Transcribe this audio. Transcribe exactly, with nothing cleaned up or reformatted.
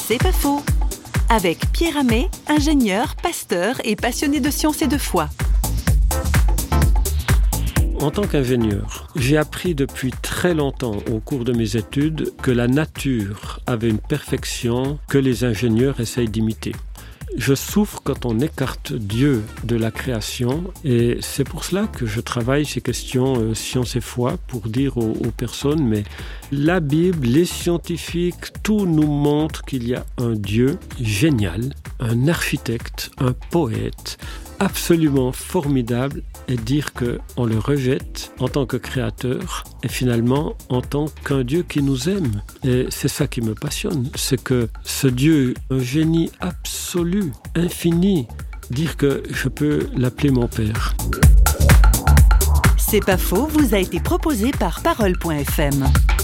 C'est pas faux. Avec Pierre Hamé, ingénieur, pasteur et passionné de science et de foi. En tant qu'ingénieur, j'ai appris depuis très longtemps au cours de mes études que la nature avait une perfection que les ingénieurs essayent d'imiter. Je souffre quand on écarte Dieu de la création et c'est pour cela que je travaille ces questions euh, science et foi pour dire aux, aux personnes, mais la Bible, les scientifiques, tout nous montre qu'il y a un Dieu génial, un architecte, un poète, absolument formidable, et dire qu'on le rejette en tant que créateur et finalement en tant qu'un Dieu qui nous aime. Et c'est ça qui me passionne, c'est que ce Dieu, un génie absolu, infini, dire que je peux l'appeler mon Père. C'est pas faux, vous a été proposé par Parole point F M.